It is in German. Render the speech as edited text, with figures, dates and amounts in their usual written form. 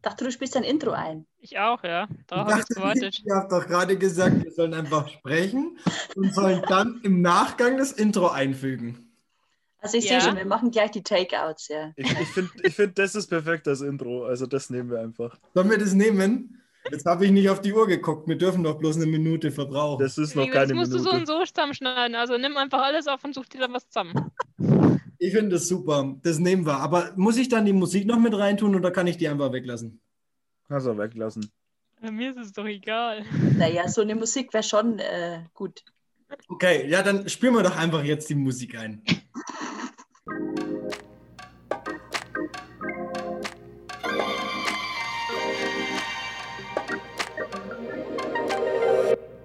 Dachte, du spielst dein Intro ein. Ich auch, ja. Ich Darauf habe ich dachte, gewartet. ihr habt doch gerade gesagt, wir sollen einfach sprechen und sollen dann im Nachgang das Intro einfügen. Also ich Ja. sehe schon, wir machen gleich die Takeouts, ja. Ich find, das ist perfekt, das Intro. Also das nehmen wir einfach. Sollen wir das nehmen? Jetzt habe ich nicht auf die Uhr geguckt. Wir dürfen doch bloß eine Minute verbrauchen. Das ist noch Das keine musst du so und Minute. so zusammenschneiden. Also nimm einfach alles auf und such dir dann was zusammen. Ich finde das super. Das nehmen wir. Aber muss ich dann die Musik noch mit reintun oder kann ich die einfach weglassen? Kannst du weglassen. Mir ist es doch egal. Naja, so eine Musik wäre schon gut. Okay, ja, dann spielen wir doch einfach jetzt die Musik ein.